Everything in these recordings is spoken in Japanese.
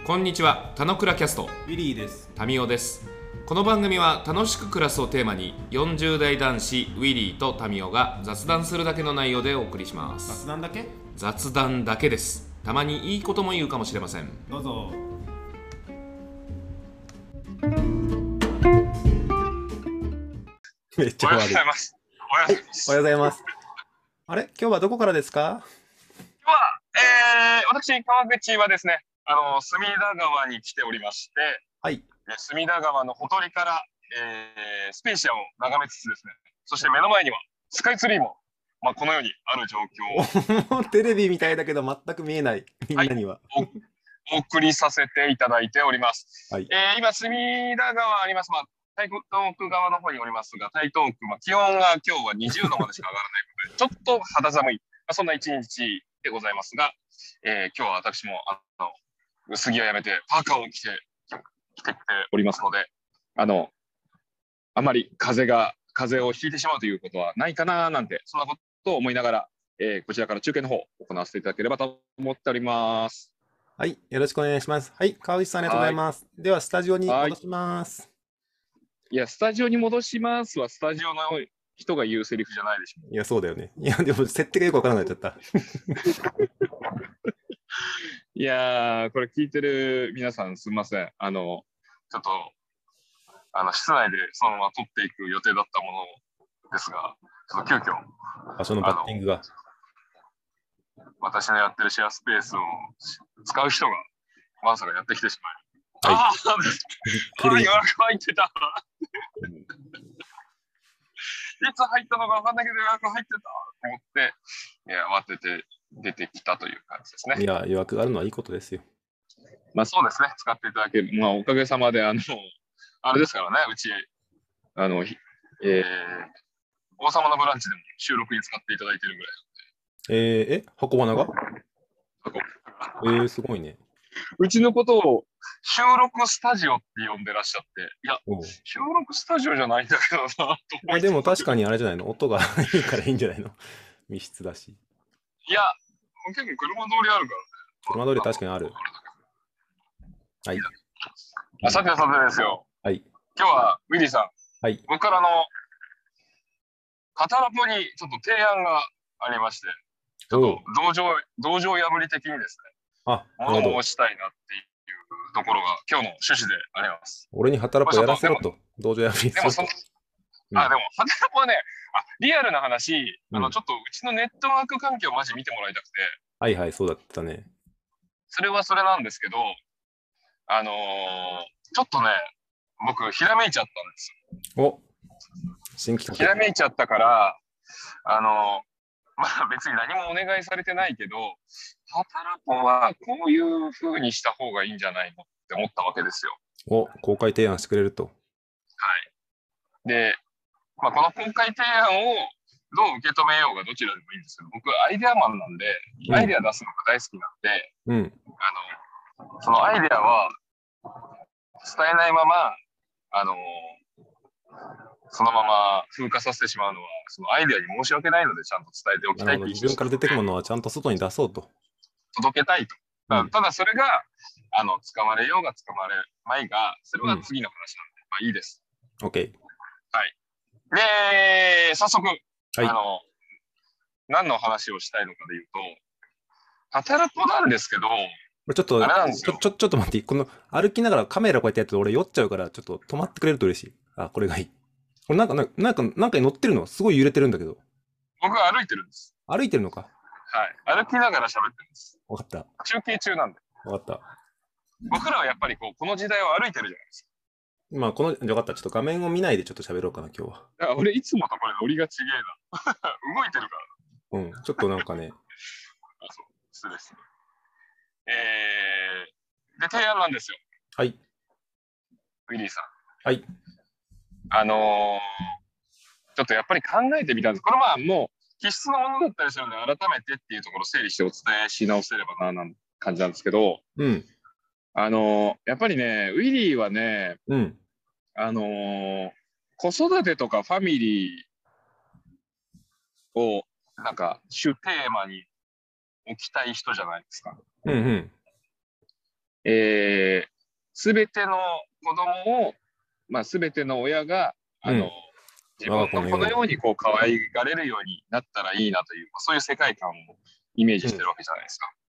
こんにちは、たのくらキャストウィリーです。 タミオです。この番組は楽しく暮らすをテーマに40代男子ウィリーとタミオが雑談するだけの内容でお送りします。 雑談だけ？ 雑談だけです。たまにいいことも言うかもしれません。 どうぞ。 めっちゃ悪い。 おはようございます。おはようございます。 おはようございます。あれ、今日はどこからですか？ 今日は、私、川口はですね、隅田川に来ておりまして、 はい。 隅田川のほとりから、スペーシアを眺めつつですね、そして目の前にはスカイツリーも、このようにある状況を、 テレビみたいだけど全く見えない。みんなには。 お送りさせていただいております。 はい。 今、隅田川あります。台東区側の方におりますが、台東区、気温が今日は20度までしか上がらないので、ちょっと肌寒い、そんな一日でございますが、今日は私も薄着をやめてパーカーを着てきておりますので、あまり風邪をひいてしまうということはないかななんて、そんなことを思いながら、こちらから中継の方を行わせていただければと思っております。 はい。よろしくお願いします。はい。川口さんありがとうございます。では、スタジオに戻します。 いや、スタジオに戻しますは、スタジオの人が言うセリフじゃないでしょ。 いや、そうだよね。いや、でも、設定がよくわからなくなっちゃった。 いやー、これ聞いてる皆さんすみません。ちょっと、室内でそのまま撮っていく予定だったものですが、ちょっと急遽、 場所のバッティングが。 私のやってるシェアスペースを使う人が、まさかやってきてしまい。 はい。 ああ、 びっくり。 予約入ってた。いつ入ったのか分かんないけど予約入ってたと思って、慌てて出てきたという感じですね。 いや、予約があるのはいいことですよ。 そうですね。使っていただける。おかげさまで、あれですからね、うち、王様のブランチでも収録に使っていただいてるぐらい。 箱花がすごいね。 うちのことを収録スタジオって呼んでらっしゃって、いや、 おう収録スタジオじゃないんだけどなと思いまあ、でも確かにあれじゃないの。音がいいからいいんじゃないの。密室だし。 いや、結構車通りあるからね。 車通り確かにある。はい。 さてさてですよ。 はい。 今日はウィリーさん、 はい。 僕からカタラポにちょっと提案がありまして、ちょっと道場破り的にですね、 あ、なるほど。 物申したいなっていうところが今日の趣旨であります。 俺に働くをやらせろと。道場破りでもすると。 でも、働くはね、リアルな話、 うんちょっとうちのネットワーク環境をマジ見てもらいたくて、 はいはい、そうだったね。 それはそれなんですけど、ちょっとね、僕、ひらめいちゃったんです。 お、新企画。 ひらめいちゃったから、別に何もお願いされてないけど、働くはこういう風にした方がいいんじゃないのって思ったわけですよ。 お、公開提案してくれると。 はい。で、この公開提案をどう受け止めようがどちらでもいいんですけど、僕、アイデアマンなんで、アイデア出すのが大好きなんで、 うん。 そのアイデアは伝えないまま、そのまま風化させてしまうのは、そのアイデアに申し訳ないので、ちゃんと伝えておきたいという自分から出てくるものはちゃんと外に出そうと。 届けたいと。 うん、 ただそれが、使われようが使われまいが、それは次の話なんで、いいです。 OK。 はい。で、早速、 はい、 何の話をしたいのかでいうと、働くなんですけど、 ちょっと、ちょっと待って、この歩きながらカメラこうやってやって俺酔っちゃうから、ちょっと止まってくれると嬉しい。あ、これがいい。これなんかに乗ってるのすごい揺れてるんだけど。 僕は歩いてるんです。 歩いてるのか。 はい。歩きながら喋ってるんです。 わかった。 中継中なんで。 わかった。 僕らはやっぱりこの時代を歩いてるじゃないですか。 よかった。ちょっと画面を見ないでちょっと喋ろうかな、今日は。 俺いつもとこれノリが違えな。動いてるかうら。 ん、ちょっとなんかね。 そう。失礼ですね。で、提案なんですよ。 はい。 ウィリーさん。 はい。 ちょっとやっぱり考えてみたんです。これもう必須のものだったりするので、改めてっていうところを整理してお伝えし直せればな、なんて感じなんですけど、 うん。 やっぱりね、ウィリーはね、 うん。 子育てとかファミリーをなんか主テーマに置きたい人じゃないですか。 うんうん。 すべての子供を、すべての親が、自分のこのようにこう可愛がれるようになったらいいなという、そういう世界観をイメージしてるわけじゃないですか。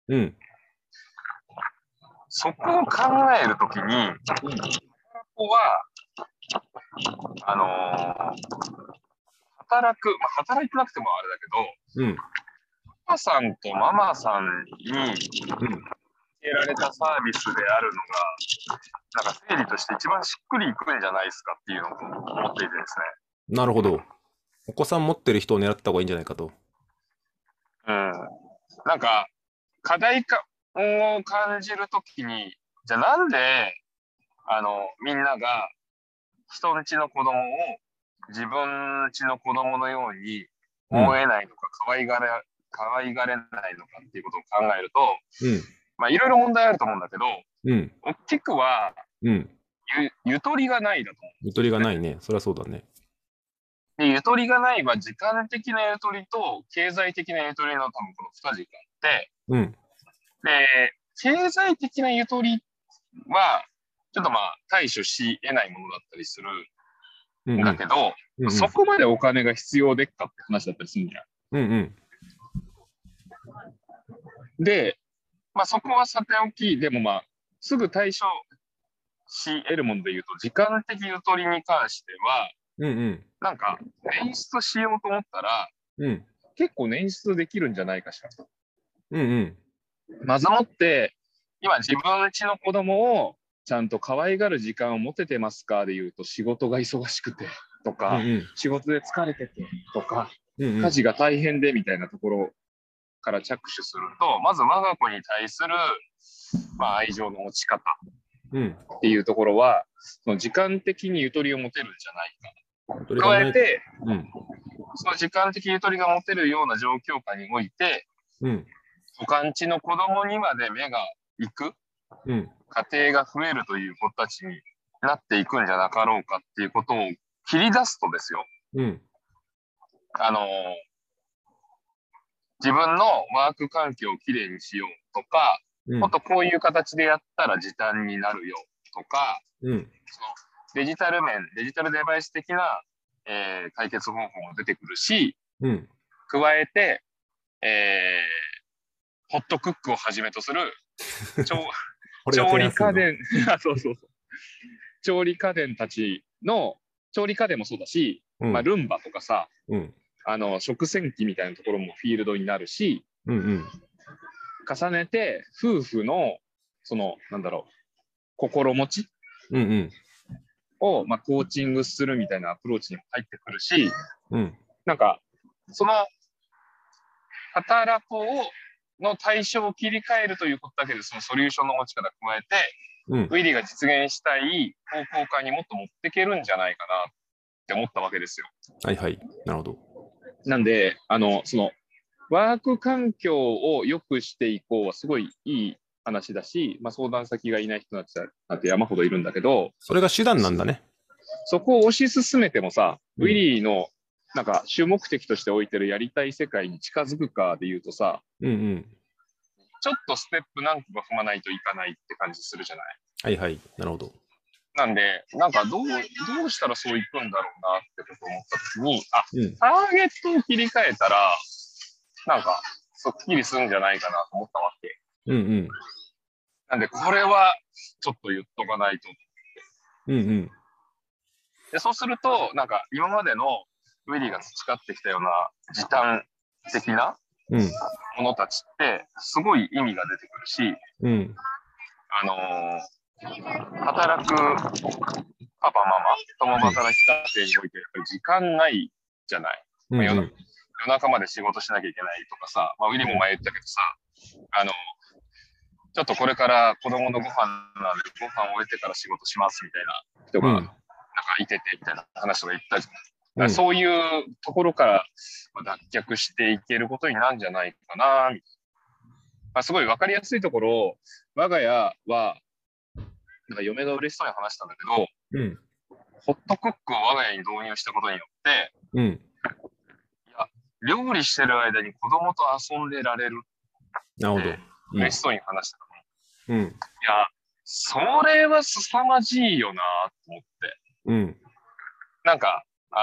そこを考えるときに、ここは、働いてなくてもあれだけど、パパさんとママさんに受けられたサービスであるのが、なんか整理として一番しっくりいくんじゃないですかっていうのを思っていてですね。なるほど。お子さん持ってる人を狙った方がいいんじゃないかと。 なんか、課題感を感じるときに、じゃあなんで、みんなが人んちの子供を自分んちの子供のように思えないのか、可愛がれないのかっていうことを考えると、いろいろ問題あると思うんだけど、大きくは、ゆとりがないだと思う。 ゆとりがないね。そりゃそうだね。 で、ゆとりがないは時間的なゆとりと経済的なゆとりの多分この2軸があって、で、経済的なゆとりは、ちょっと対処し得ないものだったりするんだけど、そこまでお金が必要でっかって話だったりするんだよ。で、そこはさておき、でもすぐ対処し得るもので言うと、時間的ゆとりに関しては、なんか、捻出しようと思ったら、結構捻出できるんじゃないかしらと。まずもって、今自分うちの子供をちゃんと可愛がる時間を持ててますかで言うと、仕事が忙しくてとか、仕事で疲れててとか、家事が大変でみたいなところから着手すると、まず我が子に対する、愛情の持ち方っていうところは、その時間的にゆとりを持てるんじゃないか。加えて、その時間的ゆとりが持てるような状況下において、他んちの子供にまで目が行く、家庭が増えるという子たちになっていくんじゃなかろうかっていうことを切り出すとですよ、自分のワーク環境をきれいにしようとか、もっとこういう形でやったら時短になるよとか、そのデジタルデバイス的な、解決方法も出てくるし、加えて、ホットクックをはじめとする調理家電調理家電たちの調理家電もそうだし、ルンバとかさ、食洗機みたいなところもフィールドになるし、重ねて夫婦のその心持ちをコーチングするみたいなアプローチにも入ってくるし、なんかその働こうの対象を切り替えるということだけで、そのソリューションの持ち方加えて、ウィリーが実現したい方向感にもっと持っていけるんじゃないかなって思ったわけですよ。 はいはい、なるほど。 なんで、そのワーク環境を良くしていこうはすごいいい話だし、相談先がいない人なんて山ほどいるんだけど、 それが手段なんだね。 そこを推し進めてもさ、ウィリーのなんか主目的として置いてるやりたい世界に近づくかで言うとさ、ちょっとステップ何個か踏まないといかないって感じするじゃない。 はいはい、なるほど。 なんで、なんかどうしたらそういくんだろうなってことを思ったときに、ターゲットを切り替えたら、なんか、すっきりするんじゃないかなと思ったわけ。なんで、これはちょっと言っとかないと思って。で、そうすると、なんか今までのウィリーが培ってきたような時短的なものたちって、すごい意味が出てくるし、働くパパ、ママ、共働き家庭において、やっぱり時間ないじゃない。夜中まで仕事しなきゃいけないとかさ、ウィリーも前言ったけどさ、ちょっとこれから子供のご飯なんで、ご飯を終えてから仕事しますみたいな人が、なんかいててみたいな話とか言ったじゃない。そういうところから脱却していけることになるんじゃないかな、みたいな。すごい分かりやすいところ、我が家は、なんか嫁が嬉しそうに話したんだけど、ホットクックを我が家に導入したことによって、いや、料理してる間に子供と遊んでられる。 なるほど。 嬉しそうに話したの。いや、 それは凄まじいよなと思って。 うん。 なんか、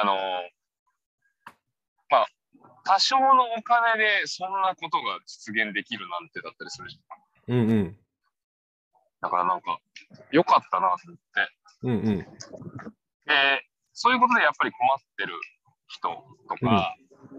まあ、多少のお金でそんなことが実現できるなんてだったりするじゃん。うんうん。 だからなんか、良かったなと思って。 うんうん。 そういうことでやっぱり困ってる人とか、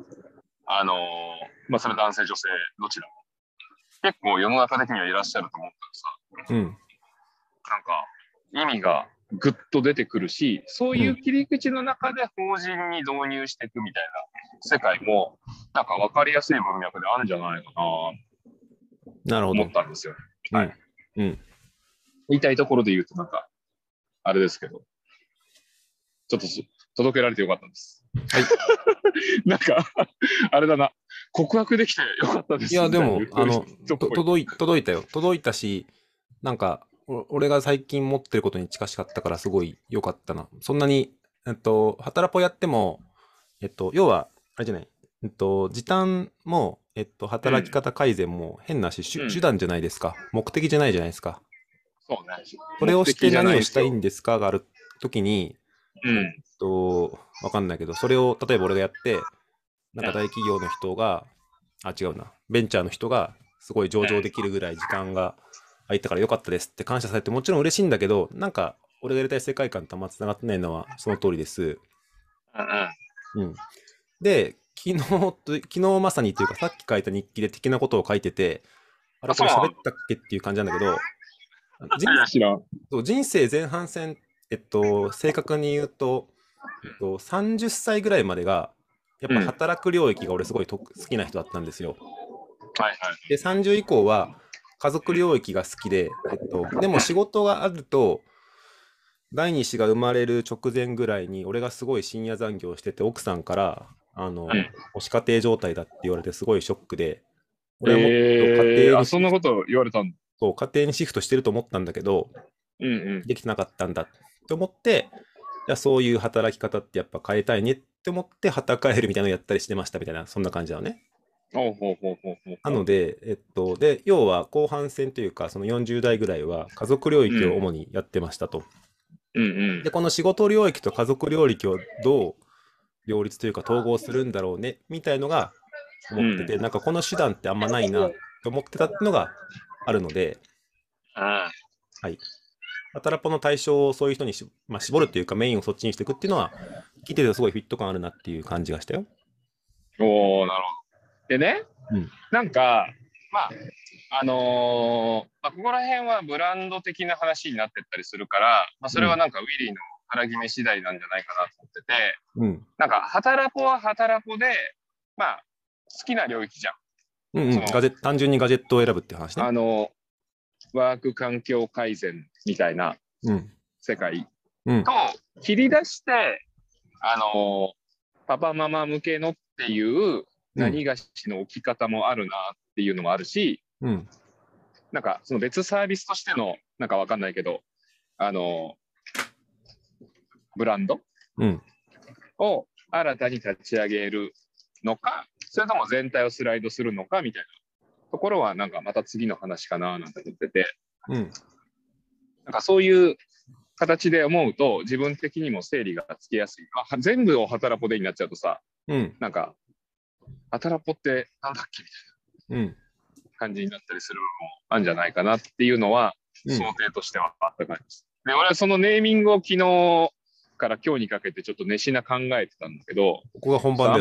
まあ、それ男性、女性、どちらも。結構世の中的にはいらっしゃると思ったらさ、なんか、意味がぐっと出てくるし、そういう切り口の中で法人に導入していくみたいな世界も、なんか分かりやすい文脈であるんじゃないかなと思ったんですよ。はい。言いたいところで言うと、なんか、あれですけど、ちょっと届けられてよかったです。はい。なんか、あれだな、告白できてよかったです。 いや、でも、届いたよ。届いたし、なんか、俺が最近持ってることに近しかったからすごい良かったな。そんなに、働ぽやっても、要は、あれじゃない、時短も、働き方改善も変なし、手段じゃないですか。目的じゃないじゃないですか。 そうね。 これをして何をしたいんですかがあるときに、わかんないけど、それを、例えば俺がやって、なんか大企業の人が、違うな、ベンチャーの人が、すごい上場できるぐらい時間が空いたから良かったですって感謝されてもちろん嬉しいんだけど、なんか俺がやりたい世界観とあんまつながってないのはその通りです。で、昨日まさにというかさっき書いた日記で的なことを書いてて、あれこれ喋ったっけっていう感じなんだけど、人生前半戦、正確に言うと、30歳ぐらいまでが、やっぱ働く領域が俺すごい好きな人だったんですよ。で、30以降は家族領域が好きで、でも仕事があると、第二子が生まれる直前ぐらいに、俺がすごい深夜残業してて、奥さんから、母子家庭状態だって言われて、すごいショックで、 俺はもっと家庭にそんなこと言われたんだ。 そう、家庭にシフトしてると思ったんだけど、できてなかったんだって思って、じゃあそういう働き方ってやっぱ変えたいねって思って、旗変えるみたいなのをやったりしてましたみたいな、そんな感じだよね。なので、で、要は後半戦というか、その40代ぐらいは家族領域を主にやってましたと。で、この仕事領域と家族領域をどう両立というか統合するんだろうね、みたいのが思ってて、なんかこの手段ってあんまないなと思ってたのがあるので、はい。働ぽの対象をそういう人に絞るというかメインをそっちにしていくっていうのは、聞いててすごいフィット感あるなっていう感じがしたよ。 おー、なるほど。でね、なんか、まあ、ここら辺はブランド的な話になってったりするから、それはなんかウィリーの腹決め次第なんじゃないかなと思ってて、なんか、働ぽは働ぽで、まあ、好きな領域じゃん。 単純にガジェットを選ぶっていう話ね。 ワーク環境改善みたいな世界と切り出して、パパママ向けのっていう何がしの置き方もあるなっていうのもあるし、なんかその別サービスとしてのなんかわかんないけど、ブランドを新たに立ち上げるのか、それとも全体をスライドするのかみたいなところはなんかまた次の話かななんて思ってて、なんかそういう形で思うと自分的にも整理がつきやすい。全部を働ぽでになっちゃうとさ、なんか働ぽってなんだっけみたいな感じになったりするのもあるんじゃないかなっていうのは想定としてはあった感じです。で、俺はそのネーミングを昨日から今日にかけてちょっと熱心な考えてたんだけど、 ここが本番で、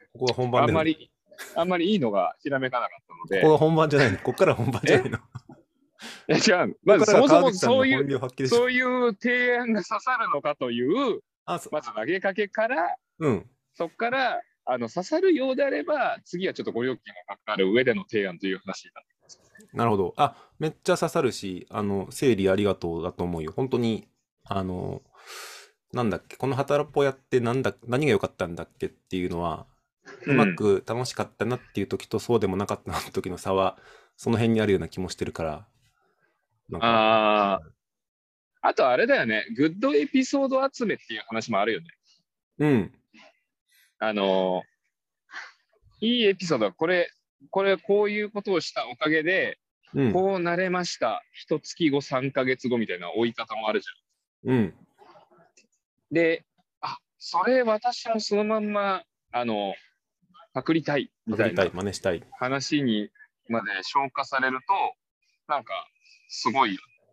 あんまりいいのがひらめかなかったので。 ここが本番じゃないの。ここから本番じゃないの。 違う。まずそもそもそういう提案が刺さるのかという、まず投げかけから、そこから刺さるようであれば、次はちょっとご料金がかかる上での提案という話になってます。 なるほど。めっちゃ刺さるし、整理ありがとうだと思うよ。本当に、なんだっけ、この働ぽやって何が良かったんだっけっていうのは、うまく楽しかったなっていう時とそうでもなかったなって時の差は、その辺にあるような気もしてるから。 あとあれだよね、グッドエピソード集めっていう話もあるよね。いいエピソードはこういうことをしたおかげで、 こうなれました。一月後、3ヶ月後みたいな追い方もあるじゃん。で、それ私もそのまんま、パクりたいみたいな真似したい話にまで消化されると、なんか、すごい、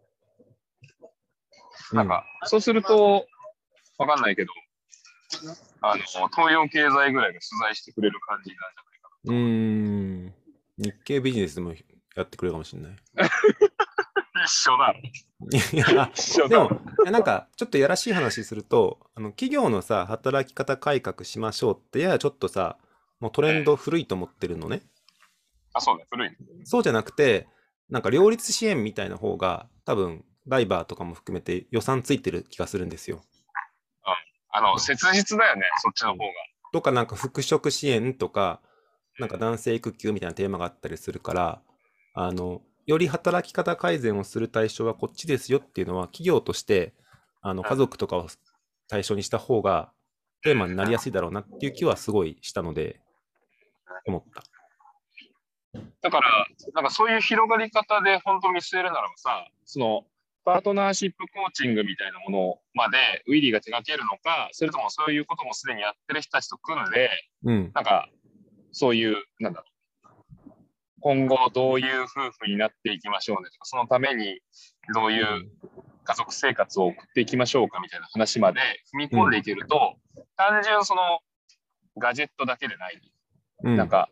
なんか、そうすると、わかんないけど、東洋経済ぐらいが取材してくれる感じなんじゃないかな。 日経ビジネスでもやってくれるかもしれない。 一緒だろ。 いや、でも、なんか、ちょっとやらしい話すると、企業のさ、働き方改革しましょうって、ややちょっとさ、もうトレンド古いと思ってるのね。 そうね、古い。 そうじゃなくて、なんか両立支援みたいな方が、多分、ダイバーとかも含めて予算ついてる気がするんですよ。 切実だよね、そっちの方が。 とか、なんか復職支援とか、なんか男性育休みたいなテーマがあったりするから、より働き方改善をする対象はこっちですよっていうのは、企業として、家族とかを対象にした方が、テーマになりやすいだろうなっていう気はすごいしたので、思った。 だから、なんかそういう広がり方で本当に見据えるならばさ、その、パートナーシップコーチングみたいなものまでウィリーが手掛けるのか、それともそういうこともすでにやってる人たちと組んで、なんか、そういう、なんだろう、今後どういう夫婦になっていきましょうねとか、そのためにどういう家族生活を送っていきましょうかみたいな話まで踏み込んでいけると、単純そのガジェットだけでない、なんか、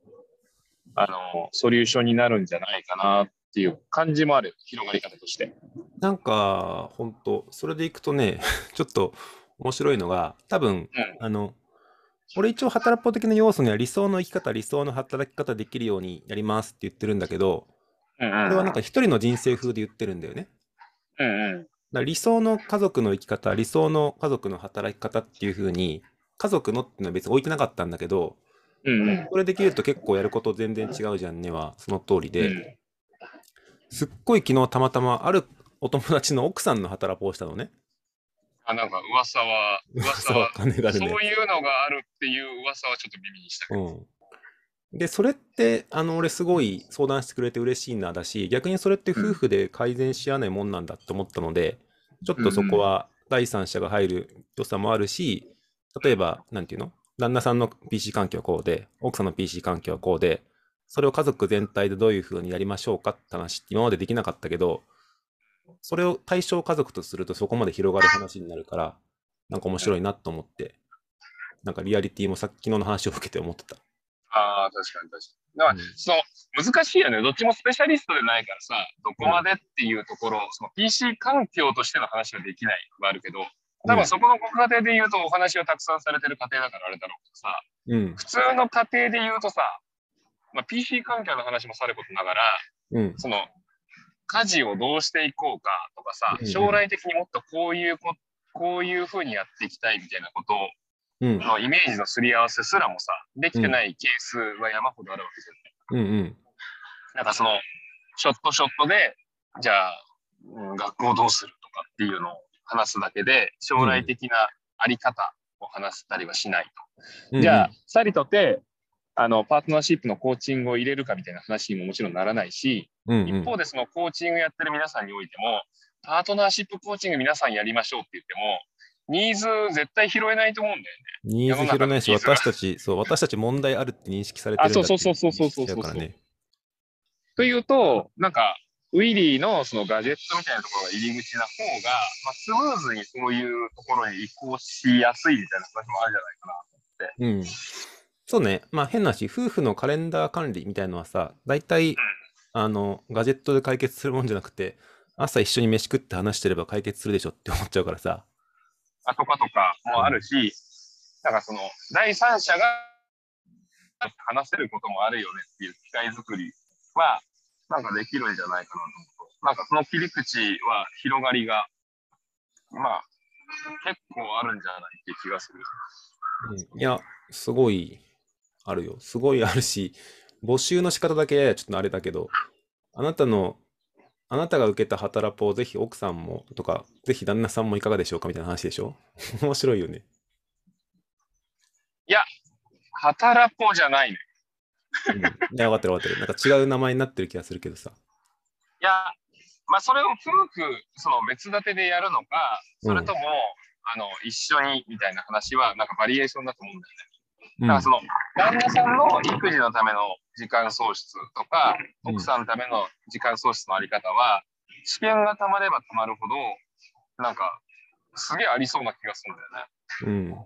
ソリューションになるんじゃないかなっていう感じもある、広がり方として。 なんか、本当それでいくとね、ちょっと面白いのが、多分、俺一応働く的な要素には理想の生き方、理想の働き方できるようにやりますって言ってるんだけど、これはなんか一人の人生風で言ってるんだよね。だ理想の家族の生き方、理想の家族の働き方っていう風に、家族のっていうのは別に置いてなかったんだけど、これできると結構やること全然違うじゃんねはその通りで、すっごい昨日たまたまあるお友達の奥さんの働こうしたのね。 なんか噂は金があるね。 そういうのがあるっていう噂はちょっと耳にしたけど。 で、それって、俺すごい相談してくれて嬉しいなだし、逆にそれって夫婦で改善し合わないもんなんだって思ったので、ちょっとそこは第三者が入る良さもあるし、例えば、なんていうの？旦那さんの PC 環境はこうで、奥さんの PC 環境はこうで、それを家族全体でどういう風にやりましょうかって話って今までできなかったけど、それを対象家族とするとそこまで広がる話になるから、なんか面白いなと思って、なんかリアリティもさっきの話を受けて思ってた。 確かに。だから、難しいよね。どっちもスペシャリストでないからさ、どこまでっていうところ、その PC 環境としての話ができないはあるけど、多分そこのご家庭で言うとお話をたくさんされてる家庭だからあれだろうけどさ、普通の家庭で言うとさ、PC 環境の話もさることながら、その家事をどうしていこうかとかさ、将来的にもっとこういうふうにやっていきたいみたいなことを、のイメージのすり合わせすらもさ、できてないケースは山ほどあるわけじゃない。なんかその、ショットで、じゃあ、学校どうするとかっていうのを話すだけで、将来的なあり方を話したりはしないと。じゃあ、さりとて、パートナーシップのコーチングを入れるかみたいな話にももちろんならないし、一方でそのコーチングやってる皆さんにおいても、パートナーシップコーチング皆さんやりましょうって言っても、ニーズ絶対拾えないと思うんだよね。 ニーズ拾えないし、私たち問題あるって認識されてるんだってそう。というと、なんか、ウィリーのそのガジェットみたいなところが入り口な方が、スムーズにそういうところに移行しやすいみたいな話もあるんじゃないかなと思って。 そうね。変なし、夫婦のカレンダー管理みたいのはさ、大体、ガジェットで解決するもんじゃなくて、朝一緒に飯食って話してれば解決するでしょって思っちゃうからさ。 とかもあるし、なんかその、第三者が話せることもあるよねっていう機会作りは、なんかできるんじゃないかなと思うと、なんかその切り口は広がりが、結構あるんじゃないっていう気がする。 いや、すごいあるよ。すごいあるし、募集の仕方だけちょっとあれだけど、あなたが受けた働ポをぜひ奥さんもとか、ぜひ旦那さんもいかがでしょうかみたいな話でしょ？面白いよね。 いや、働ポじゃないね。 いや、分かってる。なんか違う名前になってる気がするけどさ。 や、まあ、それを夫婦、その別立てでやるのか、それとも、一緒にみたいな話は、なんかバリエーションだと思うんだよね。だからその、旦那さんの育児のための時間喪失とか、奥さんのための時間喪失のあり方は、試験がたまればたまるほど、なんか、すげえありそうな気がするんだよね。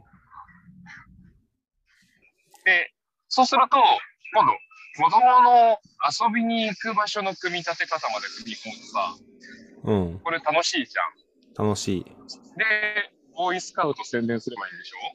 で、そうすると、今度、子供の遊びに行く場所の組み立て方まで組み込むとさ、これ楽しいじゃん。楽しい。 で、ボーイスカウト宣伝すればいいんでしょ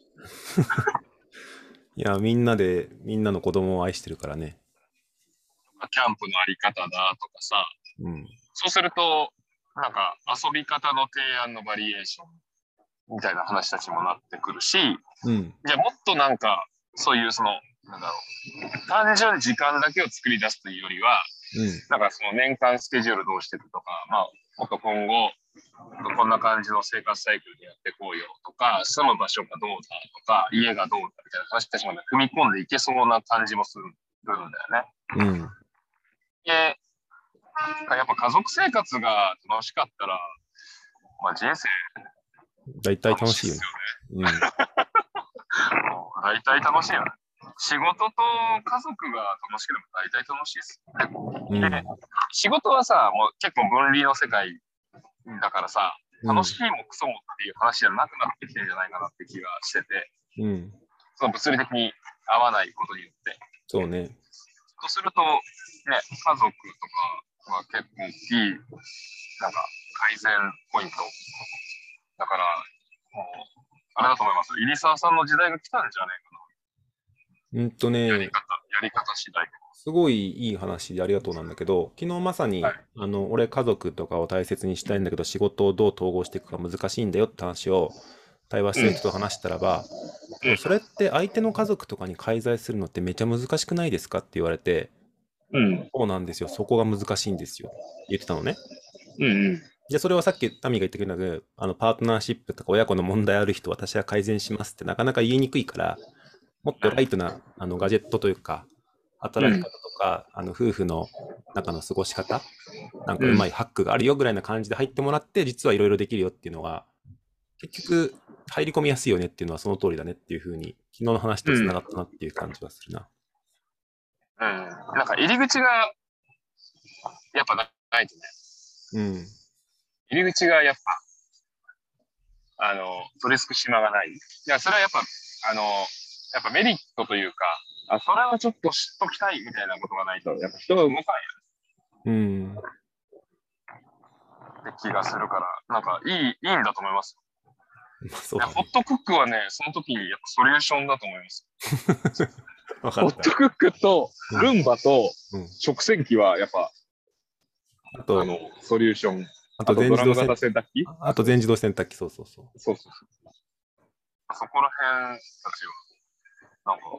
いや、みんなの子供を愛してるからね。 キャンプのあり方だとかさ、そうすると、なんか遊び方の提案のバリエーションみたいな話たちもなってくるし、じゃあもっとなんか、そういうその、なんだろう、単純に時間だけを作り出すというよりは、なんかその年間スケジュールどうしていくとか、まあ、もっと今後、こんな感じの生活サイクルでやっていこうよとか、住む場所がどうだとか、家がどうだみたいな話たちまで踏み込んでいけそうな感じもするんだよね。で、やっぱ家族生活が楽しかったら、まあ人生、 大体楽しいよね。 大体楽しいよね。仕事と家族が楽しければ大体楽しいです。で、仕事はさ、もう結構分離の世界だからさ、楽しいもクソもっていう話じゃなくなってきてるんじゃないかなって気がしてて、その物理的に合わないことによって。 そうね。 そうすると、ね、家族とかは結構いい、なんか改善ポイント。だから、もう、あれだと思います。入澤さんの時代が来たんじゃないかな。やり方次第。 すごいいい話でありがとうなんだけど、昨日まさに、俺家族とかを大切にしたいんだけど、仕事をどう統合していくか難しいんだよって話を対話してる人と話したらば、それって相手の家族とかに介在するのってめちゃ難しくないですかって言われて、そうなんですよ、そこが難しいんですよって言ってたのね。じゃあそれはさっきタミが言ってくれたけど、パートナーシップとか親子の問題ある人私は改善しますってなかなか言いにくいから、もっとライトなガジェットというか、働き方とか、夫婦の中の過ごし方、なんかうまいハックがあるよぐらいな感じで入ってもらって、実はいろいろできるよっていうのが、結局入り込みやすいよねっていうのはその通りだねっていうふうに、昨日の話とつながったなっていう感じはするな。 なんか入り口が、やっぱないとね。入り口がやっぱ、取り付く島がない。いや、それはやっぱメリットというか、それはちょっと知っときたいみたいなことがないと、やっぱ人が動かないよね。って気がするから、なんかいいんだと思います。ホットクックはね、その時にやっぱソリューションだと思います。ホットクックとルンバと食洗機はやっぱ、ソリューション。 あとドラム型洗濯機？あと全自動洗濯機、そう。そこら辺たちは、なんか、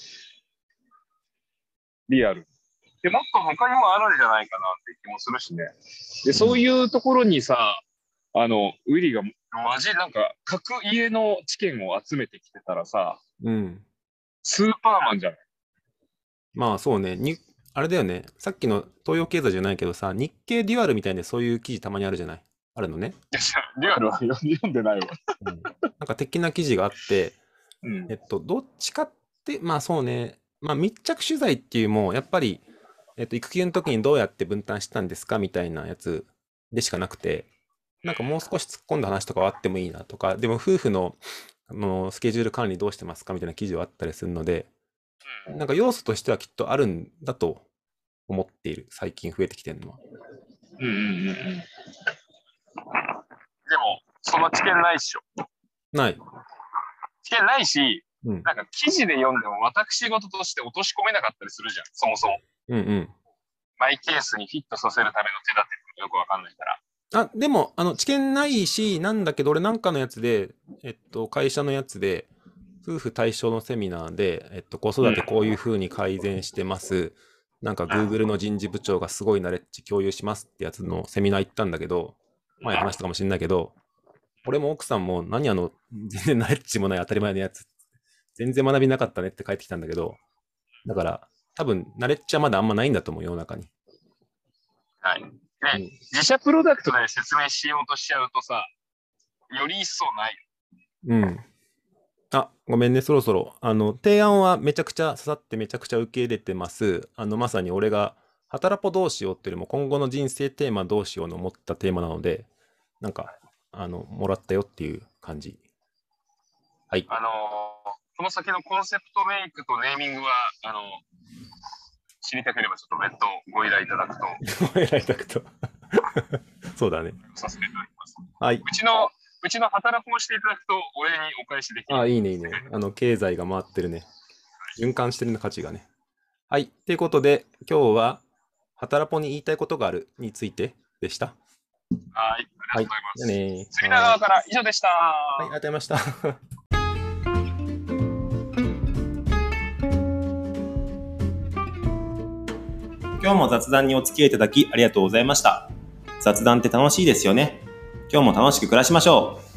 リアル。で、もっと他にもあるんじゃないかなって気もするしね。で、そういうところにさ、ウィリーがマジなんか、各家の知見を集めてきてたらさ、スーパーマンじゃない？ まあそうね。あれだよね。さっきの東洋経済じゃないけどさ、日経デュアルみたいでそういう記事たまにあるじゃない。あるのね。 いや、デュアルは読んでないわ。 なんか的な記事があって、どっちかって、まあそうね。まあ密着取材っていうも、やっぱり、育休の時にどうやって分担したんですかみたいなやつでしかなくて、なんかもう少し突っ込んだ話とかはあってもいいなとか、でも夫婦のスケジュール管理どうしてますかみたいな記事はあったりするので、なんか要素としてはきっとあるんだと思っている。最近増えてきてるのは。 でも、その知見ないっしょ。 ない。 知見ないし、なんか記事で読んでも私事として落とし込めなかったりするじゃん、そもそも。マイケースにフィットさせるための手立てってよくわかんないから。 でも、知見ないし、なんだけど、俺なんかのやつで、会社のやつで、夫婦対象のセミナーで、子育てこういう風に改善してます。なんか Google の人事部長がすごいナレッジ共有しますってやつのセミナー行ったんだけど、前話したかもしれないけど、俺も奥さんも全然ナレッジもない当たり前のやつ、全然学びなかったねって帰ってきたんだけど、だから多分ナレッジはまだあんまないんだと思う、世の中に。 はい。 自社プロダクトで説明しようとしちゃうとさ、より一層ない。 ごめんね、そろそろ。提案はめちゃくちゃ刺さってめちゃくちゃ受け入れてます。まさに俺が、働ぽどうしようっていうよりも、今後の人生テーマどうしようの思ったテーマなので、なんか、もらったよっていう感じ。はい。 この先のコンセプトメイクとネーミングは、知りたければちょっと別途ご依頼いただくと。 ご依頼いただくと。そうだね。 させていただきます。 はい。 うちの働くをしていただくと、お礼にお返しできる。 いいね、いいね。経済が回ってるね。循環してるの価値がね。はい。ということで、今日は、働ぽに言いたいことがあるについてでした。 はい。ありがとうございます。 じゃあね。 隅田川から以上でした。 はい、ありがとうございました。今日も雑談にお付き合いいただきありがとうございました。雑談って楽しいですよね。今日も楽しく暮らしましょう。